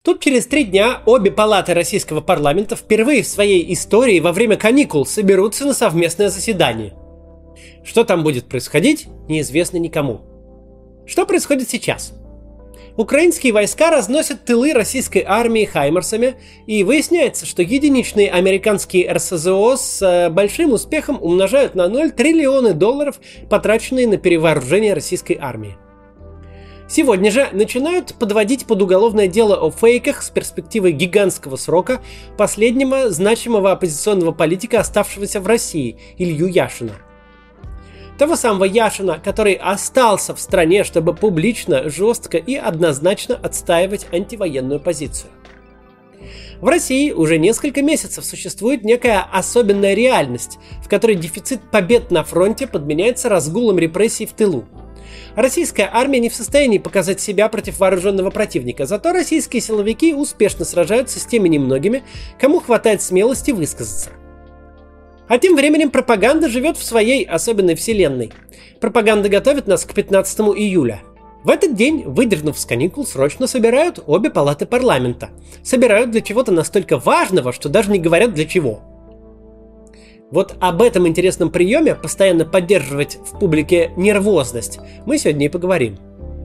Тут через 3 дня обе палаты российского парламента впервые в своей истории во время каникул соберутся на совместное заседание. Что там будет происходить, неизвестно никому. Что происходит сейчас? Украинские войска разносят тылы российской армии хаймарсами, и выясняется, что единичные американские РСЗО с большим успехом умножают на 0 триллионы долларов, потраченные на перевооружение российской армии. Сегодня же начинают подводить под уголовное дело о фейках с перспективой гигантского срока последнего значимого оппозиционного политика, оставшегося в России, Илью Яшина. Того самого Яшина, который остался в стране, чтобы публично, жестко и однозначно отстаивать антивоенную позицию. В России уже несколько месяцев существует некая особенная реальность, в которой дефицит побед на фронте подменяется разгулом репрессий в тылу. Российская армия не в состоянии показать себя против вооруженного противника, зато российские силовики успешно сражаются с теми немногими, кому хватает смелости высказаться. А тем временем пропаганда живет в своей особенной вселенной. Пропаганда готовит нас к 15 июля. В этот день, выдернув с каникул, срочно собирают обе палаты парламента. Собирают для чего-то настолько важного, что даже не говорят для чего. Вот об этом интересном приеме, постоянно поддерживать в публике нервозность, мы сегодня и поговорим.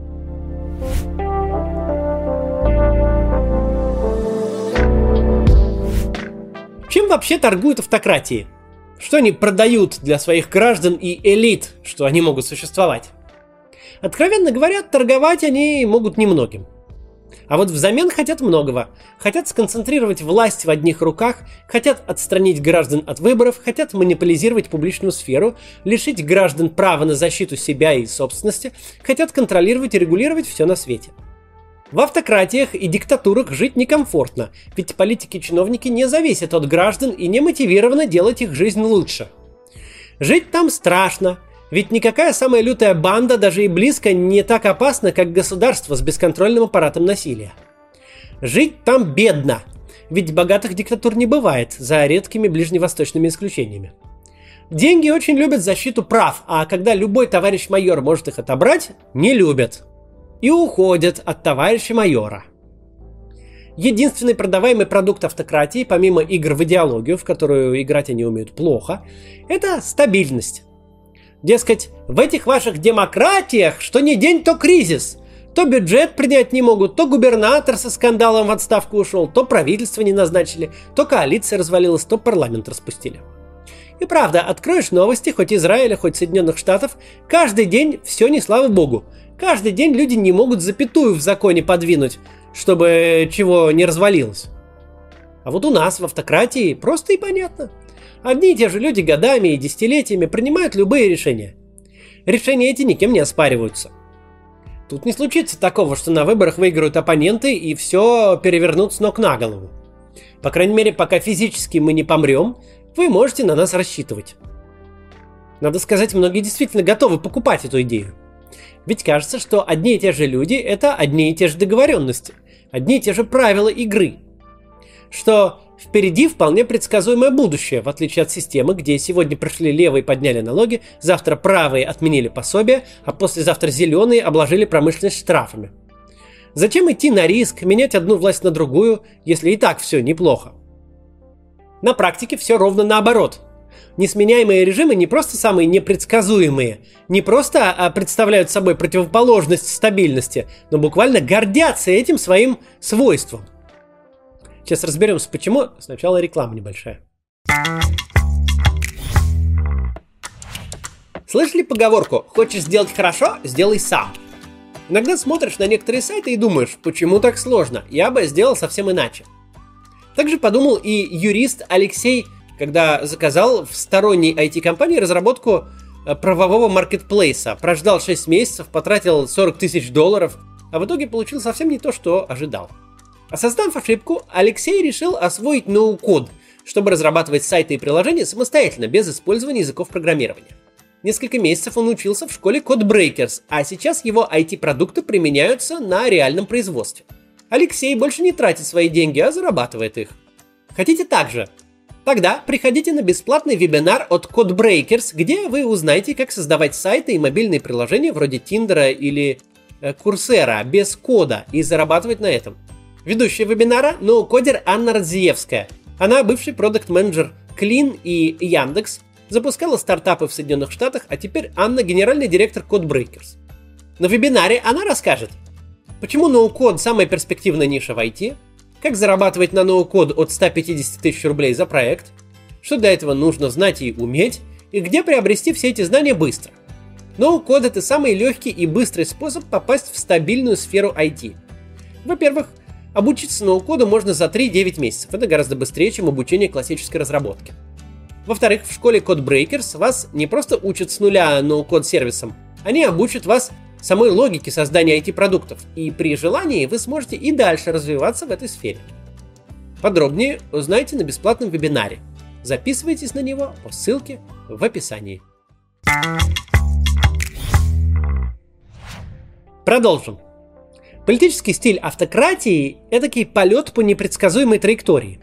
Чем вообще торгуют автократии? Что они продают для своих граждан и элит, что они могут существовать? Откровенно говоря, торговать они могут немногим. А вот взамен хотят многого. Хотят сконцентрировать власть в одних руках, хотят отстранить граждан от выборов, хотят монополизировать публичную сферу, лишить граждан права на защиту себя и собственности, хотят контролировать и регулировать все на свете. В автократиях и диктатурах жить некомфортно, ведь политики и чиновники не зависят от граждан и не мотивированы делать их жизнь лучше. Жить там страшно, ведь никакая самая лютая банда даже и близко не так опасна, как государство с бесконтрольным аппаратом насилия. Жить там бедно, ведь богатых диктатур не бывает, за редкими ближневосточными исключениями. Деньги очень любят защиту прав, а когда любой товарищ майор может их отобрать, не любят. И уходят от товарища майора. Единственный продаваемый продукт автократии, помимо игр в идеологию, в которую играть они умеют плохо, это стабильность. Дескать, в этих ваших демократиях что ни день, то кризис. То бюджет принять не могут, то губернатор со скандалом в отставку ушел, то правительство не назначили, то коалиция развалилась, то парламент распустили. И правда, откроешь новости, хоть Израиля, хоть Соединенных Штатов, каждый день все не слава богу. Каждый день люди не могут запятую в законе подвинуть, чтобы чего не развалилось. А вот у нас в автократии просто и понятно. Одни и те же люди годами и десятилетиями принимают любые решения. Решения эти никем не оспариваются. Тут не случится такого, что на выборах выиграют оппоненты и все перевернут с ног на голову. По крайней мере, пока физически мы не помрем, вы можете на нас рассчитывать. Надо сказать, многие действительно готовы покупать эту идею. Ведь кажется, что одни и те же люди – это одни и те же договоренности, одни и те же правила игры. Что впереди вполне предсказуемое будущее, в отличие от системы, где сегодня пришли левые и подняли налоги, завтра правые отменили пособия, а послезавтра зеленые обложили промышленность штрафами. Зачем идти на риск, менять одну власть на другую, если и так все неплохо? На практике все ровно наоборот. Несменяемые режимы не просто самые непредсказуемые, не просто представляют собой противоположность стабильности, но буквально гордятся этим своим свойством. Сейчас разберемся, почему. Сначала реклама небольшая. Слышали поговорку «Хочешь сделать хорошо? Сделай сам». Иногда смотришь на некоторые сайты и думаешь, почему так сложно? Я бы сделал совсем иначе. Также подумал и юрист Алексей, когда заказал в сторонней IT-компании разработку правового маркетплейса. Прождал 6 месяцев, потратил $40 тысяч, а в итоге получил совсем не то, что ожидал. Осознав ошибку, Алексей решил освоить ноу-код, чтобы разрабатывать сайты и приложения самостоятельно, без использования языков программирования. Несколько месяцев он учился в школе Codebreakers, а сейчас его IT-продукты применяются на реальном производстве. Алексей больше не тратит свои деньги, а зарабатывает их. Хотите так же? Тогда приходите на бесплатный вебинар от Codebreakers, где вы узнаете, как создавать сайты и мобильные приложения вроде Тиндера или Курсера без кода и зарабатывать на этом. Ведущая вебинара – ноу-кодер Анна Радзиевская. Она бывший продакт-менеджер Clean и Яндекс, запускала стартапы в Соединенных Штатах, а теперь Анна – генеральный директор CodeBreakers. На вебинаре она расскажет, почему ноу-код – самая перспективная ниша в IT, как зарабатывать на ноу-код от 150 тысяч рублей за проект, что для этого нужно знать и уметь, и где приобрести все эти знания быстро. Ноу-код – это самый легкий и быстрый способ попасть в стабильную сферу IT. Во-первых, обучиться ноу-коду можно за 3-9 месяцев. Это гораздо быстрее, чем обучение классической разработки. Во-вторых, в школе CodeBreakers вас не просто учат с нуля ноу-код сервисам, они обучат вас самой логике создания IT-продуктов, и при желании вы сможете и дальше развиваться в этой сфере. Подробнее узнайте на бесплатном вебинаре. Записывайтесь на него по ссылке в описании. Продолжим. Политический стиль автократии – эдакий полет по непредсказуемой траектории.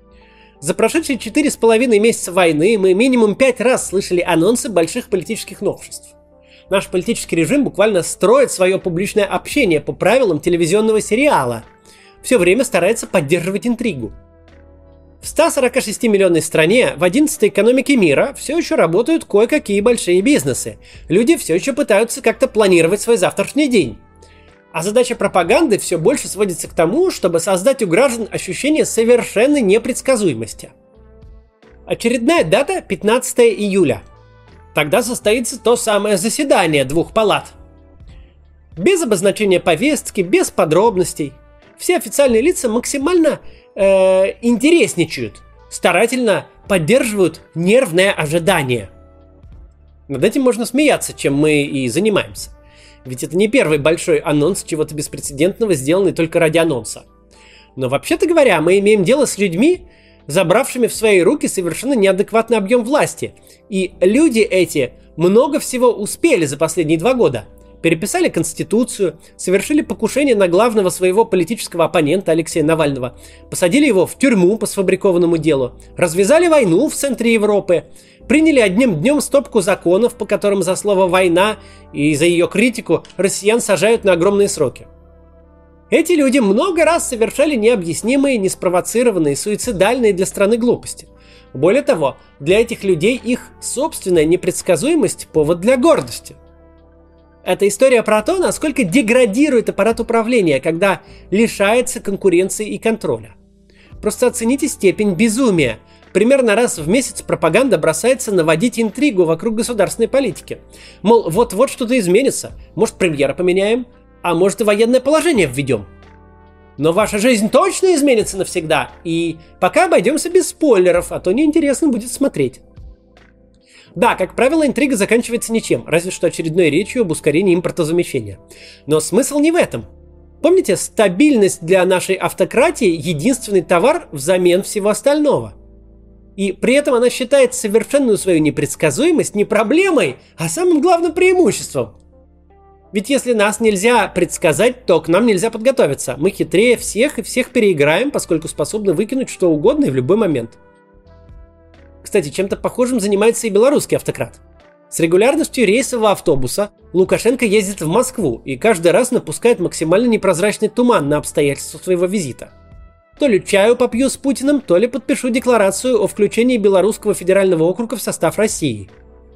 За прошедшие 4,5 месяца войны мы минимум 5 раз слышали анонсы больших политических новшеств. Наш политический режим буквально строит свое публичное общение по правилам телевизионного сериала. Все время старается поддерживать интригу. В 146-миллионной стране, в 11-й экономике мира, все еще работают кое-какие большие бизнесы. Люди все еще пытаются как-то планировать свой завтрашний день. А задача пропаганды все больше сводится к тому, чтобы создать у граждан ощущение совершенной непредсказуемости. Очередная дата – 15 июля. Тогда состоится то самое заседание двух палат. Без обозначения повестки, без подробностей. Все официальные лица максимально интересничают, старательно поддерживают нервное ожидание. Над этим можно смеяться, чем мы и занимаемся. Ведь это не первый большой анонс чего-то беспрецедентного, сделанный только ради анонса. Но вообще-то говоря, мы имеем дело с людьми, забравшими в свои руки совершенно неадекватный объем власти. И люди эти много всего успели за последние 2 года. Переписали Конституцию, совершили покушение на главного своего политического оппонента Алексея Навального, посадили его в тюрьму по сфабрикованному делу, развязали войну в центре Европы, приняли одним днем стопку законов, по которым за слово «война» и за ее критику россиян сажают на огромные сроки. Эти люди много раз совершали необъяснимые, неспровоцированные, суицидальные для страны глупости. Более того, для этих людей их собственная непредсказуемость – повод для гордости. Это история про то, насколько деградирует аппарат управления, когда лишается конкуренции и контроля. Просто оцените степень безумия. Примерно раз в месяц пропаганда бросается наводить интригу вокруг государственной политики. Мол, вот-вот что-то изменится, может премьера поменяем, а может и военное положение введем. Но ваша жизнь точно изменится навсегда, и пока обойдемся без спойлеров, а то неинтересно будет смотреть. Да, как правило, интрига заканчивается ничем, разве что очередной речью об ускорении импортозамещения. Но смысл не в этом. Помните, стабильность для нашей автократии – единственный товар взамен всего остального. И при этом она считает совершенную свою непредсказуемость не проблемой, а самым главным преимуществом. Ведь если нас нельзя предсказать, то к нам нельзя подготовиться. Мы хитрее всех и всех переиграем, поскольку способны выкинуть что угодно и в любой момент. Кстати, чем-то похожим занимается и белорусский автократ. С регулярностью рейсового автобуса Лукашенко ездит в Москву и каждый раз напускает максимально непрозрачный туман на обстоятельства своего визита. То ли чаю попью с Путиным, то ли подпишу декларацию о включении Белорусского федерального округа в состав России.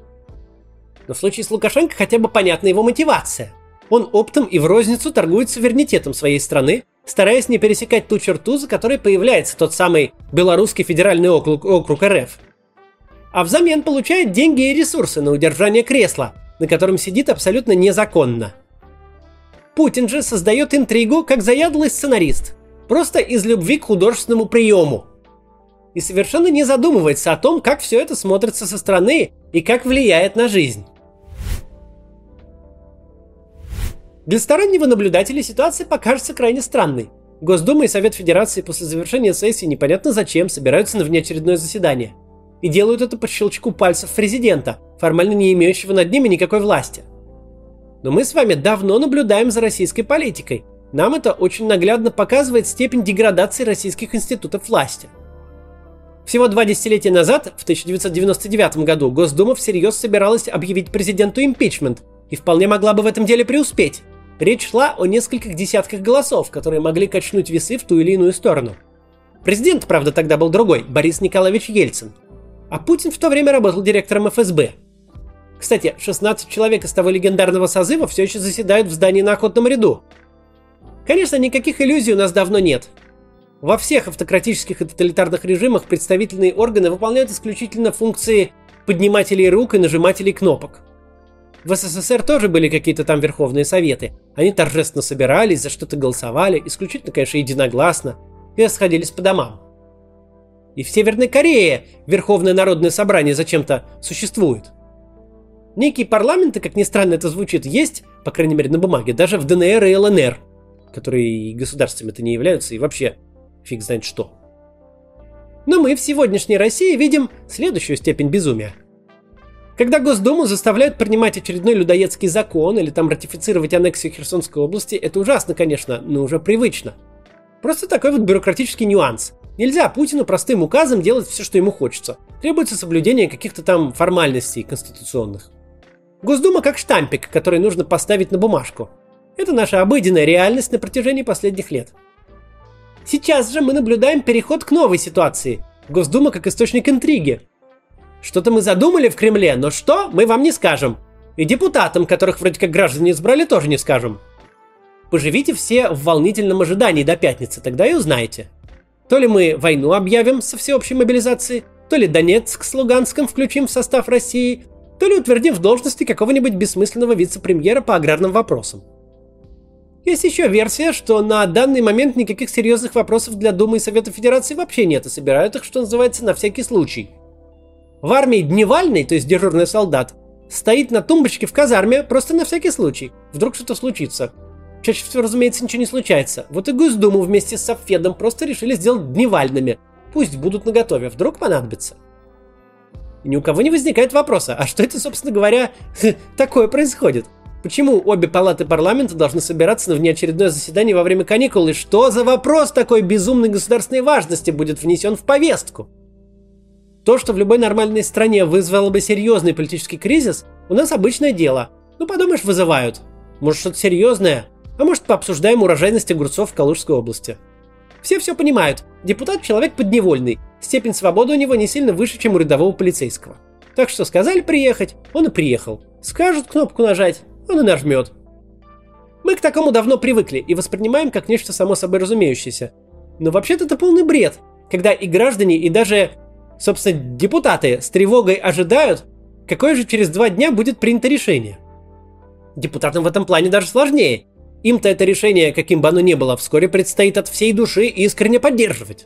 Но в случае с Лукашенко хотя бы понятна его мотивация. Он оптом и в розницу торгует суверенитетом своей страны, стараясь не пересекать ту черту, за которой появляется тот самый Белорусский федеральный округ РФ. А взамен получает деньги и ресурсы на удержание кресла, на котором сидит абсолютно незаконно. Путин же создает интригу как заядлый сценарист, просто из любви к художественному приему. И совершенно не задумывается о том, как все это смотрится со стороны и как влияет на жизнь. Для стороннего наблюдателя ситуация покажется крайне странной. Госдума и Совет Федерации после завершения сессии непонятно зачем собираются на внеочередное заседание. И делают это по щелчку пальцев президента, формально не имеющего над ними никакой власти. Но мы с вами давно наблюдаем за российской политикой. Нам это очень наглядно показывает степень деградации российских институтов власти. Всего 2 десятилетия назад, в 1999 году, Госдума всерьез собиралась объявить президенту импичмент и вполне могла бы в этом деле преуспеть. речь шла о нескольких десятках голосов, которые могли качнуть весы в ту или иную сторону. Президент, правда, тогда был другой, Борис Николаевич Ельцин. А Путин в то время работал директором ФСБ. Кстати, 16 человек из того легендарного созыва все еще заседают в здании на Охотном ряду. Конечно, никаких иллюзий у нас давно нет. Во всех автократических и тоталитарных режимах представительные органы выполняют исключительно функции поднимателей рук и нажимателей кнопок. В СССР тоже были какие-то там верховные советы. Они торжественно собирались, за что-то голосовали, исключительно, конечно, единогласно, и расходились по домам. И в Северной Корее Верховное народное собрание зачем-то существует. Некие парламенты, как ни странно это звучит, есть, по крайней мере на бумаге, даже в ДНР и ЛНР, которые государствами-то не являются и вообще фиг знает что. Но мы в сегодняшней России видим следующую степень безумия. Когда Госдуму заставляют принимать очередной людоедский закон или там ратифицировать аннексию Херсонской области, это ужасно, конечно, но уже привычно. Просто такой вот бюрократический нюанс. Нельзя Путину простым указом делать все, что ему хочется. Требуется соблюдение каких-то там формальностей конституционных. Госдума как штампик, который нужно поставить на бумажку. Это наша обыденная реальность на протяжении последних лет. Сейчас же мы наблюдаем переход к новой ситуации. Госдума как источник интриги. Что-то мы задумали в Кремле, но что, мы вам не скажем. И депутатам, которых вроде как граждане избрали, тоже не скажем. Поживите все в волнительном ожидании до пятницы, тогда и узнаете. То ли мы войну объявим со всеобщей мобилизацией, то ли Донецк с Луганском включим в состав России, то ли утвердим в должности какого-нибудь бессмысленного вице-премьера по аграрным вопросам. Есть еще версия, что на данный момент никаких серьезных вопросов для Думы и Совета Федерации вообще нет, и собирают их, что называется, на всякий случай. В армии дневальный, то есть дежурный солдат, стоит на тумбочке в казарме просто на всякий случай. Вдруг что-то случится. Чаще всего, разумеется, ничего не случается. Вот и Госдуму вместе с Совфедом просто решили сделать дневальными. Пусть будут наготове, вдруг понадобится. И ни у кого не возникает вопроса, а что это, собственно говоря, такое происходит? Почему обе палаты парламента должны собираться на внеочередное заседание во время каникул? И что за вопрос такой безумной государственной важности будет внесен в повестку? То, что в любой нормальной стране вызвало бы серьезный политический кризис, у нас обычное дело. Ну, подумаешь, вызывают. Может, что-то серьезное? А может, пообсуждаем урожайность огурцов в Калужской области. Все понимают. Депутат – человек подневольный. Степень свободы у него не сильно выше, чем у рядового полицейского. Так что сказали приехать, он и приехал. Скажут кнопку нажать, он и нажмет. Мы к такому давно привыкли и воспринимаем как нечто само собой разумеющееся. Но вообще-то это полный бред, когда и граждане, и даже, собственно, депутаты с тревогой ожидают, какое же через 2 дня будет принято решение. Депутатам в этом плане даже сложнее. Им-то это решение, каким бы оно ни было, вскоре предстоит от всей души искренне поддерживать.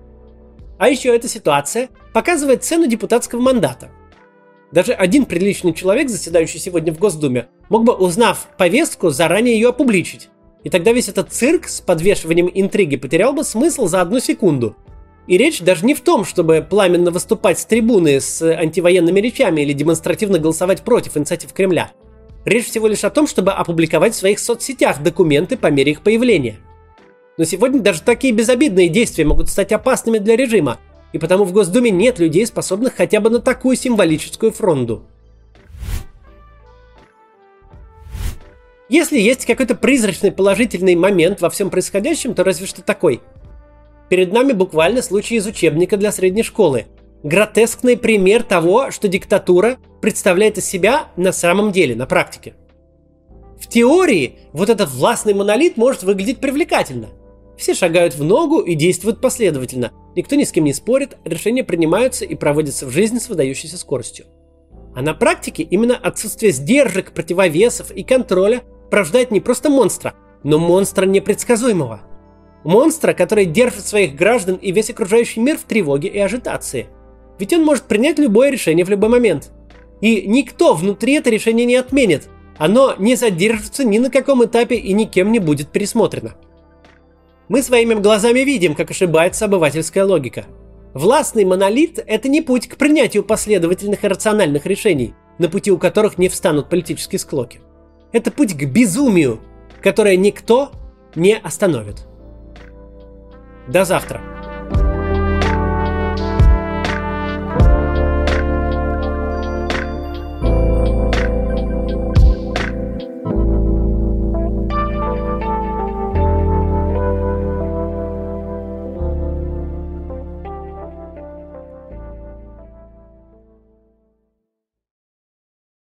А еще эта ситуация показывает цену депутатского мандата. Даже один приличный человек, заседающий сегодня в Госдуме, мог бы, узнав повестку, заранее ее опубличить. И тогда весь этот цирк с подвешиванием интриги потерял бы смысл за 1 секунду. И речь даже не в том, чтобы пламенно выступать с трибуны с антивоенными речами или демонстративно голосовать против инициатив Кремля. Речь всего лишь о том, чтобы опубликовать в своих соцсетях документы по мере их появления. Но сегодня даже такие безобидные действия могут стать опасными для режима, и потому в Госдуме нет людей, способных хотя бы на такую символическую фронду. Если есть какой-то призрачный положительный момент во всем происходящем, то разве что такой. Перед нами буквально случай из учебника для средней школы. Гротескный пример того, что диктатура представляет из себя на самом деле, на практике. В теории вот этот властный монолит может выглядеть привлекательно. Все шагают в ногу и действуют последовательно. Никто ни с кем не спорит, решения принимаются и проводятся в жизнь с выдающейся скоростью. А на практике именно отсутствие сдержек, противовесов и контроля порождает не просто монстра, но монстра непредсказуемого. Монстра, который держит своих граждан и весь окружающий мир в тревоге и ажитации. Ведь он может принять любое решение в любой момент. И никто внутри это решение не отменит. Оно не задержится ни на каком этапе и никем не будет пересмотрено. Мы своими глазами видим, как ошибается обывательская логика. Властный монолит – это не путь к принятию последовательных и рациональных решений, на пути у которых не встанут политические склоки. Это путь к безумию, которое никто не остановит. До завтра.